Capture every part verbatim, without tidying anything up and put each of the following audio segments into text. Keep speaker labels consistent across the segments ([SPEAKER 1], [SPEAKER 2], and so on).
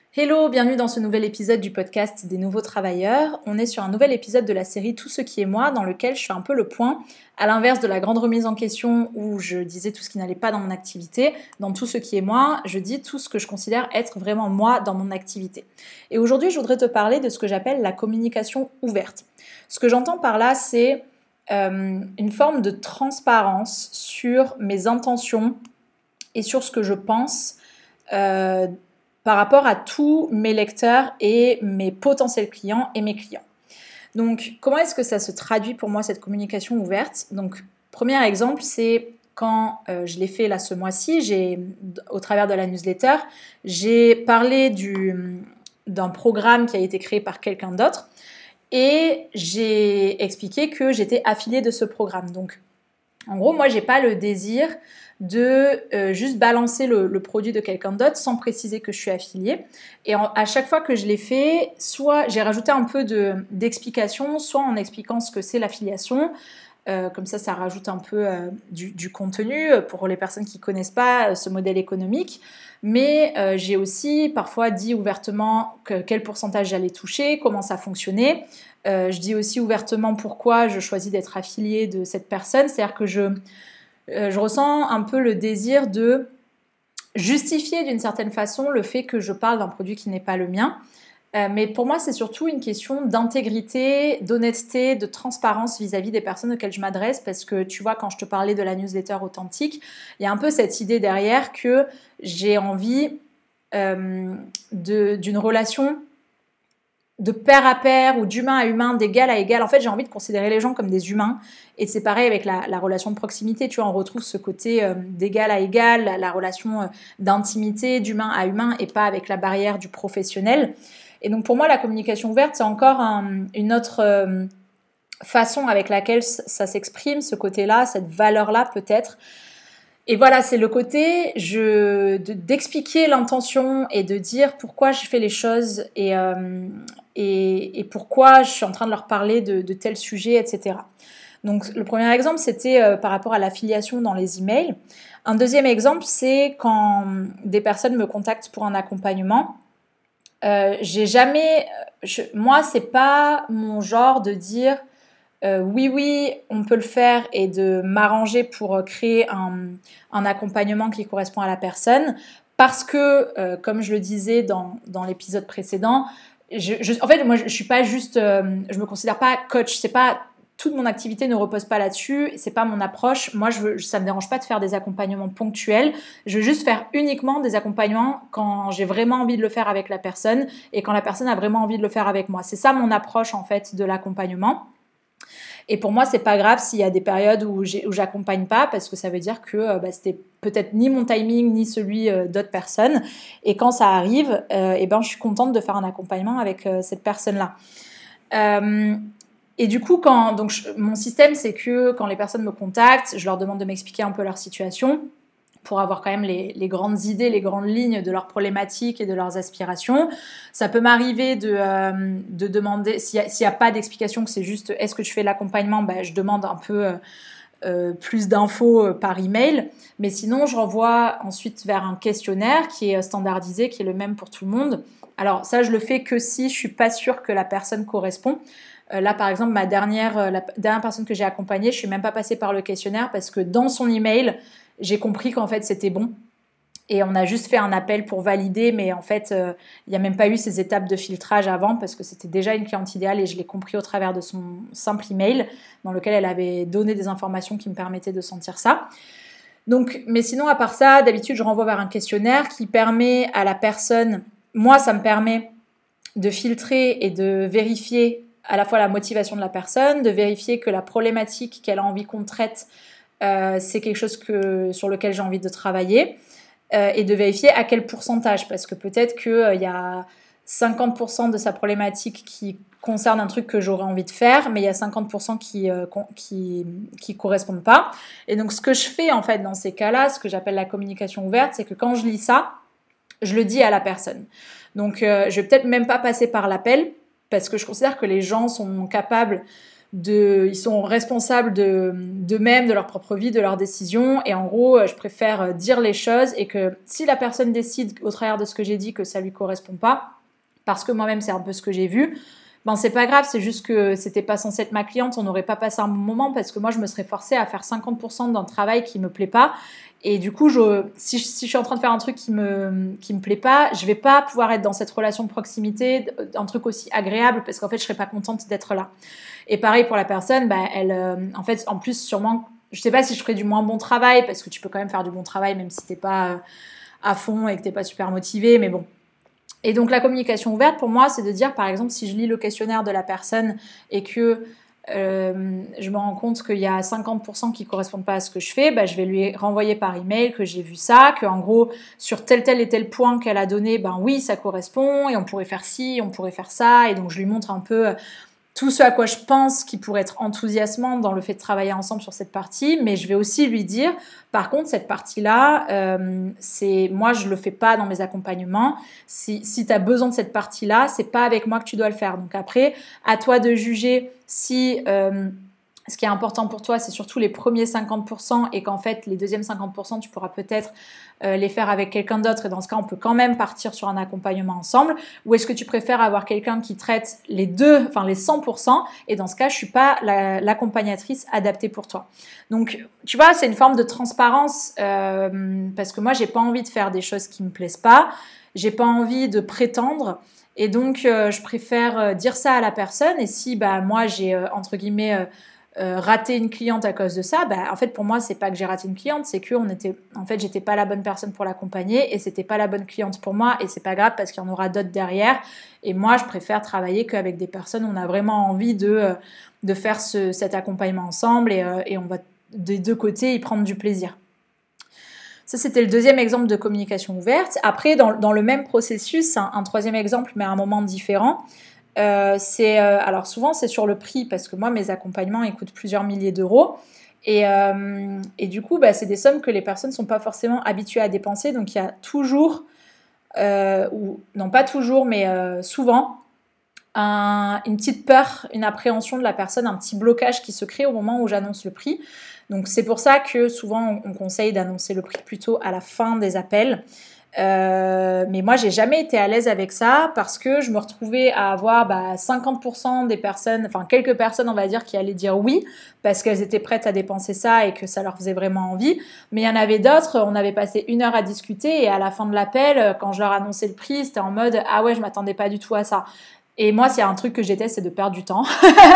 [SPEAKER 1] Hello, bienvenue dans ce nouvel épisode du podcast des nouveaux travailleurs. On est sur un nouvel épisode de la série Tout ce qui est moi, dans lequel je fais un peu le point, à l'inverse de la grande remise en question où je disais tout ce qui n'allait pas dans mon activité. Dans Tout ce qui est moi, je dis tout ce que je considère être vraiment moi dans mon activité. Et aujourd'hui, je voudrais te parler de ce que j'appelle la communication ouverte. Ce que j'entends par là, c'est euh, une forme de transparence sur mes intentions et sur ce que je pense euh, par rapport à tous mes lecteurs et mes potentiels clients et mes clients. Donc, comment est-ce que ça se traduit pour moi, cette communication ouverte ? Donc, premier exemple, c'est quand euh, je l'ai fait là ce mois-ci, j'ai, au travers de la newsletter, j'ai parlé du, d'un programme qui a été créé par quelqu'un d'autre et j'ai expliqué que j'étais affiliée de ce programme. Donc, en gros, moi, j'ai pas le désir de euh, juste balancer le, le produit de quelqu'un d'autre sans préciser que je suis affiliée. Et en, à chaque fois que je l'ai fait, soit j'ai rajouté un peu de, d'explication, soit en expliquant ce que c'est l'affiliation. Euh, comme ça, ça rajoute un peu euh, du, du contenu pour les personnes qui ne connaissent pas euh, ce modèle économique. Mais euh, j'ai aussi parfois dit ouvertement que, quel pourcentage j'allais toucher, comment ça fonctionnait. Euh, je dis aussi ouvertement pourquoi je choisis d'être affiliée de cette personne. C'est-à-dire que je... Euh, je ressens un peu le désir de justifier d'une certaine façon le fait que je parle d'un produit qui n'est pas le mien. Euh, mais pour moi, c'est surtout une question d'intégrité, d'honnêteté, de transparence vis-à-vis des personnes auxquelles je m'adresse. Parce que tu vois, quand je te parlais de la newsletter authentique, il y a un peu cette idée derrière que j'ai envie euh, de, d'une relation de pair à pair ou d'humain à humain, d'égal à égal. En fait, j'ai envie de considérer les gens comme des humains. Et c'est pareil avec la, la relation de proximité. Tu vois, on retrouve ce côté euh, d'égal à égal, la, la relation euh, d'intimité, d'humain à humain, et pas avec la barrière du professionnel. Et donc, pour moi, la communication ouverte, c'est encore un, une autre euh, façon avec laquelle ça s'exprime, ce côté-là, cette valeur-là peut-être. Et voilà, c'est le côté je, de, d'expliquer l'intention et de dire pourquoi je fais les choses et, euh, et, et pourquoi je suis en train de leur parler de, de tel sujet, et cetera. Donc, le premier exemple, c'était euh, par rapport à l'affiliation dans les emails. Un deuxième exemple, c'est quand des personnes me contactent pour un accompagnement. Euh, j'ai jamais... Je, moi, c'est pas mon genre de dire... Euh, oui, oui, on peut le faire et de m'arranger pour créer un, un accompagnement qui correspond à la personne parce que, euh, comme je le disais dans, dans l'épisode précédent, je, je, en fait, moi, je, je suis pas juste, euh, je me considère pas coach, c'est pas, toute mon activité ne repose pas là-dessus, c'est pas mon approche. Moi, je veux, ça me dérange pas de faire des accompagnements ponctuels. Je veux juste faire uniquement des accompagnements quand j'ai vraiment envie de le faire avec la personne et quand la personne a vraiment envie de le faire avec moi. C'est ça mon approche, en fait, de l'accompagnement. Et pour moi, c'est pas grave s'il y a des périodes où, j'ai, où j'accompagne pas, parce que ça veut dire que euh, bah, c'était peut-être ni mon timing ni celui euh, d'autres personnes. Et quand ça arrive, euh, et ben, je suis contente de faire un accompagnement avec euh, cette personne-là. Euh, et du coup, quand, donc, je, mon système, c'est que quand les personnes me contactent, je leur demande de m'expliquer un peu leur situation, pour avoir quand même les, les grandes idées, les grandes lignes de leurs problématiques et de leurs aspirations. Ça peut m'arriver de, euh, de demander, s'il n'y a, a pas d'explication, que c'est juste est-ce que tu fais l'accompagnement, ben, je demande un peu euh, euh, plus d'infos euh, par email. Mais sinon, je renvoie ensuite vers un questionnaire qui est standardisé, qui est le même pour tout le monde. Alors ça, je le fais que si je suis pas sûre que la personne correspond. Euh, là, par exemple, ma dernière, euh, la dernière personne que j'ai accompagnée, je suis même pas passée par le questionnaire parce que dans son email, j'ai compris qu'en fait, c'était bon. Et on a juste fait un appel pour valider, mais en fait, il euh, n'y a même pas eu ces étapes de filtrage avant parce que c'était déjà une cliente idéale et je l'ai compris au travers de son simple email dans lequel elle avait donné des informations qui me permettaient de sentir ça. Donc, mais sinon, à part ça, d'habitude, je renvoie vers un questionnaire qui permet à la personne, moi, ça me permet de filtrer et de vérifier à la fois la motivation de la personne, de vérifier que la problématique qu'elle a envie qu'on traite, Euh, c'est quelque chose que, sur lequel j'ai envie de travailler euh, et de vérifier à quel pourcentage, parce que peut-être qu'il euh, y a cinquante pour cent de sa problématique qui concerne un truc que j'aurais envie de faire, mais il y a cinquante pour cent qui euh, qui qui correspondent pas. Et donc ce que je fais en fait dans ces cas-là, ce que j'appelle la communication ouverte, c'est que quand je lis ça, je le dis à la personne. Donc euh, je vais peut-être même pas passer par l'appel, parce que je considère que les gens sont capables de, ils sont responsables de, d'eux-mêmes, de leur propre vie, de leurs décisions. Et en gros, je préfère dire les choses et que si la personne décide au travers de ce que j'ai dit que ça lui correspond pas, parce que moi-même c'est un peu ce que j'ai vu, ben c'est pas grave, c'est juste que c'était pas censé être ma cliente, on n'aurait pas passé un bon moment parce que moi je me serais forcée à faire cinquante pour cent d'un travail qui me plaît pas. Et du coup, je, si, si je suis en train de faire un truc qui me, qui me plaît pas, je vais pas pouvoir être dans cette relation de proximité, un truc aussi agréable, parce qu'en fait, je serais pas contente d'être là. Et pareil pour la personne, bah, elle, euh, en fait, en plus, sûrement, je sais pas si je ferais du moins bon travail, parce que tu peux quand même faire du bon travail, même si t'es pas euh, à fond et que t'es pas super motivé, mais bon. Et donc, la communication ouverte, pour moi, c'est de dire, par exemple, si je lis le questionnaire de la personne et que Euh, je me rends compte qu'il y a cinquante pour cent qui ne correspondent pas à ce que je fais, bah, je vais lui renvoyer par email que j'ai vu ça, qu'en gros, sur tel, tel et tel point qu'elle a donné, ben oui, ça correspond, et on pourrait faire ci, on pourrait faire ça, et donc je lui montre un peu tout ce à quoi je pense qui pourrait être enthousiasmant dans le fait de travailler ensemble sur cette partie, mais je vais aussi lui dire, par contre, cette partie-là, euh, c'est, moi, je le fais pas dans mes accompagnements. Si, si tu as besoin de cette partie-là, c'est pas avec moi que tu dois le faire. Donc après, à toi de juger si euh, ce qui est important pour toi, c'est surtout les premiers cinquante pour cent et qu'en fait, les deuxièmes cinquante pour cent, tu pourras peut-être euh, les faire avec quelqu'un d'autre et dans ce cas, on peut quand même partir sur un accompagnement ensemble. Ou est-ce que tu préfères avoir quelqu'un qui traite les deux, enfin les cent pour cent et dans ce cas, je suis pas la, l'accompagnatrice adaptée pour toi. Donc, tu vois, c'est une forme de transparence euh, parce que moi, j'ai pas envie de faire des choses qui me plaisent pas. J'ai pas envie de prétendre. Et donc, euh, je préfère euh, dire ça à la personne. Et si, bah, moi, j'ai, euh, entre guillemets, euh, euh, raté une cliente à cause de ça, bah, en fait, pour moi, c'est pas que j'ai raté une cliente, c'est que on était, en fait, j'étais pas la bonne personne pour l'accompagner et c'était pas la bonne cliente pour moi. Et c'est pas grave parce qu'il y en aura d'autres derrière. Et moi, je préfère travailler qu'avec des personnes où on a vraiment envie de, euh, de faire ce, cet accompagnement ensemble et, euh, et on va des deux côtés y prendre du plaisir. Ça, c'était le deuxième exemple de communication ouverte. Après, dans, dans le même processus, un, un troisième exemple, mais à un moment différent, euh, c'est, euh, alors souvent, c'est sur le prix, parce que moi, mes accompagnements, ils coûtent plusieurs milliers d'euros. Et, euh, et du coup, bah, c'est des sommes que les personnes ne sont pas forcément habituées à dépenser. Donc, il y a toujours, euh, ou non pas toujours, mais euh, souvent, un, une petite peur, une appréhension de la personne, un petit blocage qui se crée au moment où j'annonce le prix. Donc c'est pour ça que souvent on conseille d'annoncer le prix plutôt à la fin des appels. Euh, mais moi j'ai jamais été à l'aise avec ça parce que je me retrouvais à avoir bah, cinquante pour cent des personnes, enfin quelques personnes on va dire qui allaient dire oui parce qu'elles étaient prêtes à dépenser ça et que ça leur faisait vraiment envie. Mais il y en avait d'autres, on avait passé une heure à discuter et à la fin de l'appel, quand je leur annonçais le prix, c'était en mode ah ouais je m'attendais pas du tout à ça. Et moi, s'il y a un truc que je déteste, c'est de perdre du temps.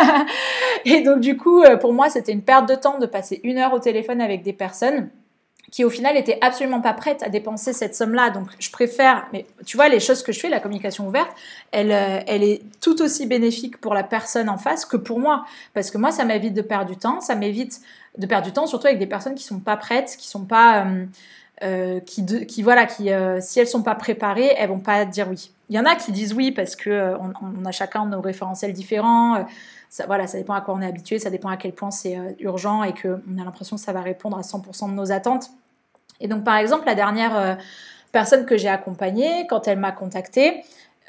[SPEAKER 1] Et donc, du coup, pour moi, c'était une perte de temps de passer une heure au téléphone avec des personnes qui, au final, étaient absolument pas prêtes à dépenser cette somme-là. Donc, je préfère... Mais tu vois, les choses que je fais, la communication ouverte, elle, elle est tout aussi bénéfique pour la personne en face que pour moi. Parce que moi, ça m'évite de perdre du temps. Ça m'évite de perdre du temps, surtout avec des personnes qui sont pas prêtes, qui sont pas... Euh, euh, qui, de, qui, voilà, qui euh, si elles sont pas préparées, elles vont pas dire oui. Il y en a qui disent oui parce que euh, on, on a chacun nos référentiels différents. Euh, ça, voilà, ça dépend à quoi on est habitué, ça dépend à quel point c'est euh, urgent et qu'on a l'impression que ça va répondre à cent pour cent de nos attentes. Et donc, par exemple, la dernière euh, personne que j'ai accompagnée, quand elle m'a contactée,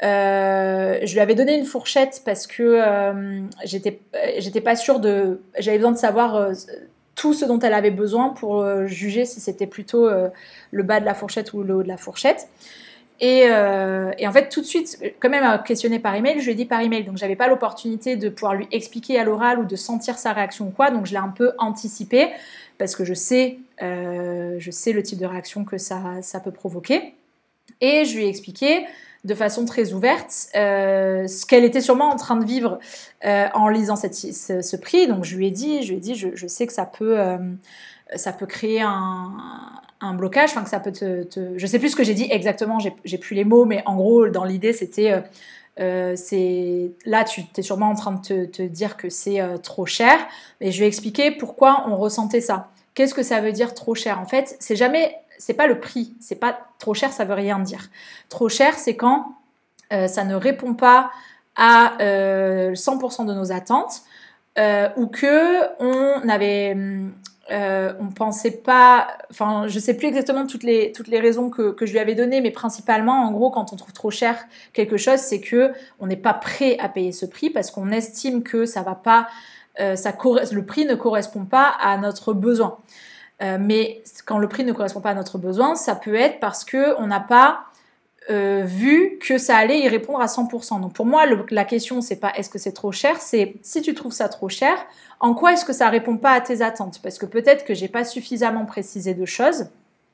[SPEAKER 1] euh, je lui avais donné une fourchette parce que euh, j'étais, j'étais pas sûre de... J'avais besoin de savoir... Euh, tout ce dont elle avait besoin pour euh, juger si c'était plutôt euh, le bas de la fourchette ou le haut de la fourchette. Et, euh, et en fait, tout de suite, comme elle m'a questionné par email, je lui ai dit par email. Donc, j'avais pas l'opportunité de pouvoir lui expliquer à l'oral ou de sentir sa réaction ou quoi. Donc, je l'ai un peu anticipé parce que je sais, euh, je sais le type de réaction que ça, ça peut provoquer. Et je lui ai expliqué de façon très ouverte euh, ce qu'elle était sûrement en train de vivre euh, en lisant cette, ce, ce prix. Donc je lui ai dit, je lui ai dit, je, je sais que ça peut, euh, ça peut créer un, un blocage, enfin que ça peut te, te... Je sais plus ce que j'ai dit exactement, j'ai, j'ai plus les mots, mais en gros dans l'idée c'était, euh, euh, c'est là tu es sûrement en train de te, te dire que c'est euh, trop cher. Et je lui ai expliqué pourquoi on ressentait ça. Qu'est-ce que ça veut dire trop cher ? En fait, c'est jamais c'est pas le prix, c'est pas trop cher, ça veut rien dire. Trop cher, c'est quand euh, ça ne répond pas à euh, cent pour cent de nos attentes euh, ou que on avait, euh, on pensait pas, enfin, je sais plus exactement toutes les toutes les raisons que que je lui avais données, mais principalement, en gros, quand on trouve trop cher quelque chose, c'est que on n'est pas prêt à payer ce prix parce qu'on estime que ça va pas euh, ça, le prix ne correspond pas à notre besoin. Euh, mais quand le prix ne correspond pas à notre besoin, ça peut être parce qu'on n'a pas euh, vu que ça allait y répondre à cent pour cent. Donc pour moi, le, la question, c'est pas est-ce que c'est trop cher, c'est si tu trouves ça trop cher, en quoi est-ce que ça répond pas à tes attentes? Parce que peut-être que j'ai pas suffisamment précisé de choses.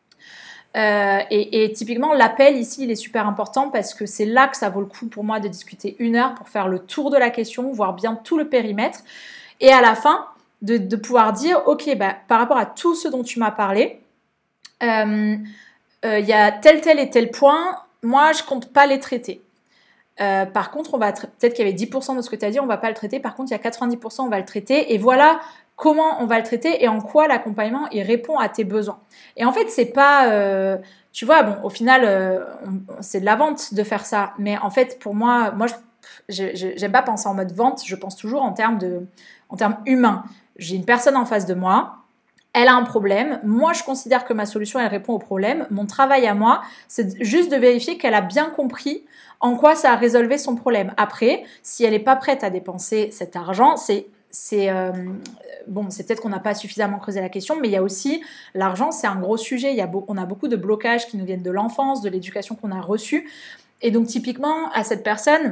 [SPEAKER 1] Euh, et, et typiquement, l'appel ici, il est super important parce que c'est là que ça vaut le coup pour moi de discuter une heure pour faire le tour de la question, voir bien tout le périmètre. Et à la fin, de, de pouvoir dire, ok, bah, par rapport à tout ce dont tu m'as parlé, il euh, euh, y a tel, tel et tel point, moi, je compte pas les traiter. Euh, par contre, on va tra- peut-être qu'il y avait dix pour cent de ce que tu as dit, on va pas le traiter. Par contre, il y a quatre-vingt-dix pour cent, on va le traiter. Et voilà comment on va le traiter et en quoi l'accompagnement il répond à tes besoins. Et en fait, c'est pas, euh, tu vois, bon, au final, euh, on, c'est de la vente de faire ça. Mais en fait, pour moi, moi, je, je, j'aime pas penser en mode vente. Je pense toujours en termes de, en termes humains. J'ai une personne en face de moi. Elle a un problème. Moi, je considère que ma solution, elle répond au problème. Mon travail à moi, c'est juste de vérifier qu'elle a bien compris en quoi ça a résolu son problème. Après, si elle n'est pas prête à dépenser cet argent, c'est c'est euh, bon, c'est peut-être qu'on n'a pas suffisamment creusé la question, mais il y a aussi l'argent, c'est un gros sujet. Il y a beau, on a beaucoup de blocages qui nous viennent de l'enfance, de l'éducation qu'on a reçue. Et donc, typiquement, à cette personne,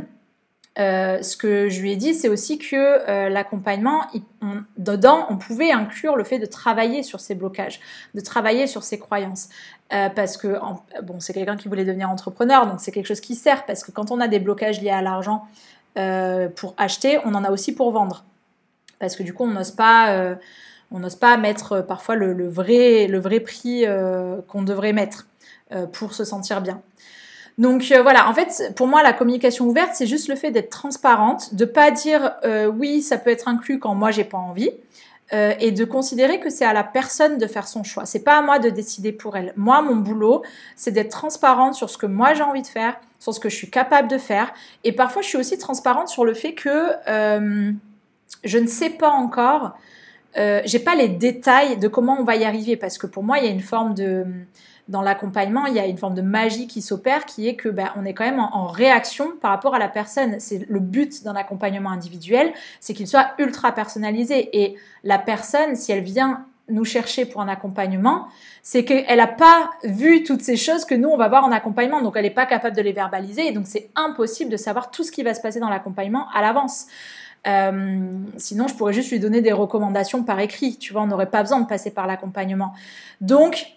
[SPEAKER 1] Euh, ce que je lui ai dit, c'est aussi que euh, l'accompagnement, il, on, dedans, on pouvait inclure le fait de travailler sur ses blocages, de travailler sur ses croyances. Euh, parce que, en, bon, c'est quelqu'un qui voulait devenir entrepreneur, donc c'est quelque chose qui sert, parce que quand on a des blocages liés à l'argent euh, pour acheter, on en a aussi pour vendre. Parce que du coup, on n'ose pas, euh, on n'ose pas mettre euh, parfois le, le, vrai, le vrai prix euh, qu'on devrait mettre euh, pour se sentir bien. Donc euh, voilà, en fait, pour moi, la communication ouverte, c'est juste le fait d'être transparente, de pas dire euh, oui, ça peut être inclus quand moi j'ai pas envie, euh, et de considérer que c'est à la personne de faire son choix. C'est pas à moi de décider pour elle. Moi, mon boulot, c'est d'être transparente sur ce que moi j'ai envie de faire, sur ce que je suis capable de faire, et parfois je suis aussi transparente sur le fait que euh, je ne sais pas encore, euh, j'ai pas les détails de comment on va y arriver, parce que pour moi, il y a une forme de dans l'accompagnement, il y a une forme de magie qui s'opère, qui est que ben, on est quand même en, en réaction par rapport à la personne. C'est le but d'un accompagnement individuel, c'est qu'il soit ultra personnalisé. Et la personne, si elle vient nous chercher pour un accompagnement, c'est qu'elle n'a pas vu toutes ces choses que nous, on va voir en accompagnement. Donc, elle n'est pas capable de les verbaliser. Et donc, c'est impossible de savoir tout ce qui va se passer dans l'accompagnement à l'avance. Euh, sinon, je pourrais juste lui donner des recommandations par écrit. Tu vois, on n'aurait pas besoin de passer par l'accompagnement. Donc,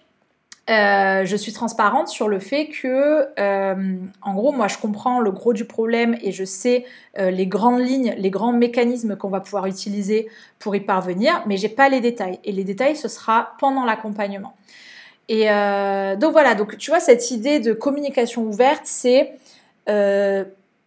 [SPEAKER 1] Euh, je suis transparente sur le fait que, euh, en gros, moi, je comprends le gros du problème et je sais euh, les grandes lignes, les grands mécanismes qu'on va pouvoir utiliser pour y parvenir, mais j'ai pas les détails. Et les détails, ce sera pendant l'accompagnement. Et euh, donc voilà, donc tu vois, cette idée de communication ouverte, c'est euh,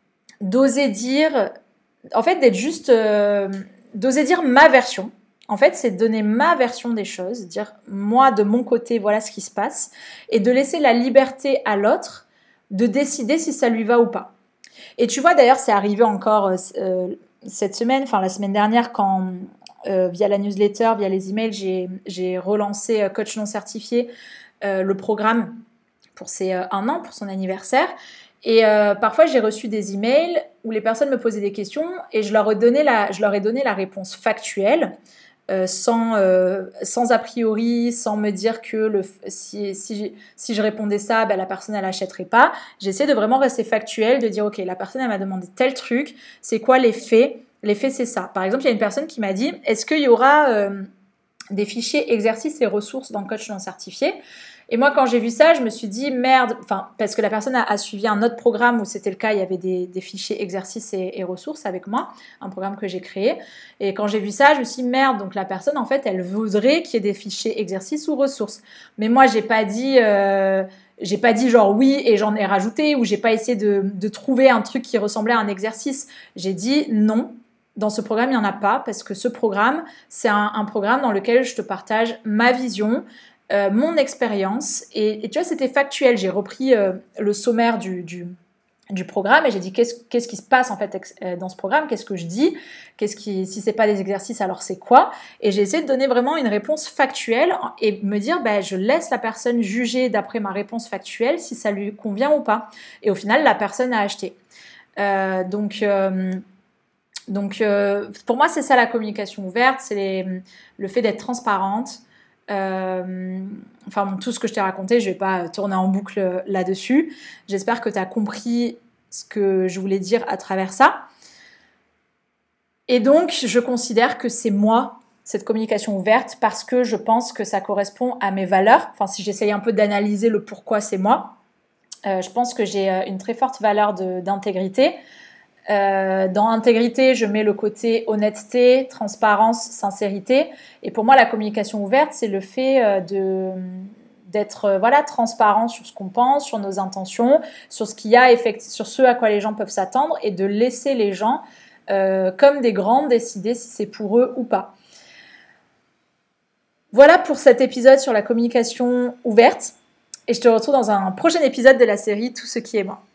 [SPEAKER 1] d'oser dire, en fait, d'être juste, euh, d'oser dire ma version. En fait, c'est donner ma version des choses, dire moi de mon côté, voilà ce qui se passe, et de laisser la liberté à l'autre de décider si ça lui va ou pas. Et tu vois, d'ailleurs, c'est arrivé encore euh, cette semaine, enfin la semaine dernière, quand euh, via la newsletter, via les emails, j'ai, j'ai relancé euh, Coach non certifié, euh, le programme pour ses euh, un an, pour son anniversaire. Et euh, parfois, j'ai reçu des emails où les personnes me posaient des questions et je leur ai donné la, je leur ai donné la réponse factuelle. Euh, sans, euh, sans a priori, sans me dire que le, si, si, si je répondais ça, ben, la personne elle n'achèterait pas. J'essaie de vraiment rester factuelle, de dire ok, la personne elle m'a demandé tel truc, c'est quoi les faits? Les faits c'est ça. Par exemple, il y a une personne qui m'a dit est-ce qu'il y aura euh, des fichiers exercices et ressources dans Coach non certifié? Et moi, quand j'ai vu ça, je me suis dit merde, enfin, parce que la personne a, a suivi un autre programme où c'était le cas, il y avait des, des fichiers exercices et, et ressources avec moi, un programme que j'ai créé. Et quand j'ai vu ça, je me suis dit merde, donc la personne, en fait, elle voudrait qu'il y ait des fichiers exercices ou ressources. Mais moi, j'ai pas dit, euh, j'ai pas dit genre oui et j'en ai rajouté, ou j'ai pas essayé de, de trouver un truc qui ressemblait à un exercice. J'ai dit non. Dans ce programme, il n'y en a pas, parce que ce programme, c'est un, un programme dans lequel je te partage ma vision, Euh, mon expérience, et, et tu vois, c'était factuel. J'ai repris euh, le sommaire du, du, du programme et j'ai dit qu'est-ce, qu'est-ce qui se passe en fait ex- euh, dans ce programme, qu'est-ce que je dis, qu'est-ce qui, si c'est pas des exercices, alors c'est quoi? Et j'ai essayé de donner vraiment une réponse factuelle et me dire, ben, je laisse la personne juger d'après ma réponse factuelle si ça lui convient ou pas. Et au final, la personne a acheté. Euh, donc... Euh, Donc, euh, pour moi, c'est ça la communication ouverte, c'est les, le fait d'être transparente. Euh, enfin, bon, tout ce que je t'ai raconté, je ne vais pas tourner en boucle là-dessus. J'espère que tu as compris ce que je voulais dire à travers ça. Et donc, je considère que c'est moi, cette communication ouverte, parce que je pense que ça correspond à mes valeurs. Enfin, si j'essaye un peu d'analyser le pourquoi c'est moi, euh, je pense que j'ai une très forte valeur de, d'intégrité. Euh, dans intégrité, je mets le côté honnêteté, transparence, sincérité. Et pour moi, la communication ouverte, c'est le fait euh, de, d'être euh, voilà, transparent sur ce qu'on pense, sur nos intentions, sur ce qu'il y a, effect- sur ce à quoi les gens peuvent s'attendre et de laisser les gens euh, comme des grands décider si c'est pour eux ou pas. Voilà pour cet épisode sur la communication ouverte. Et je te retrouve dans un prochain épisode de la série Tout ce qui est moi.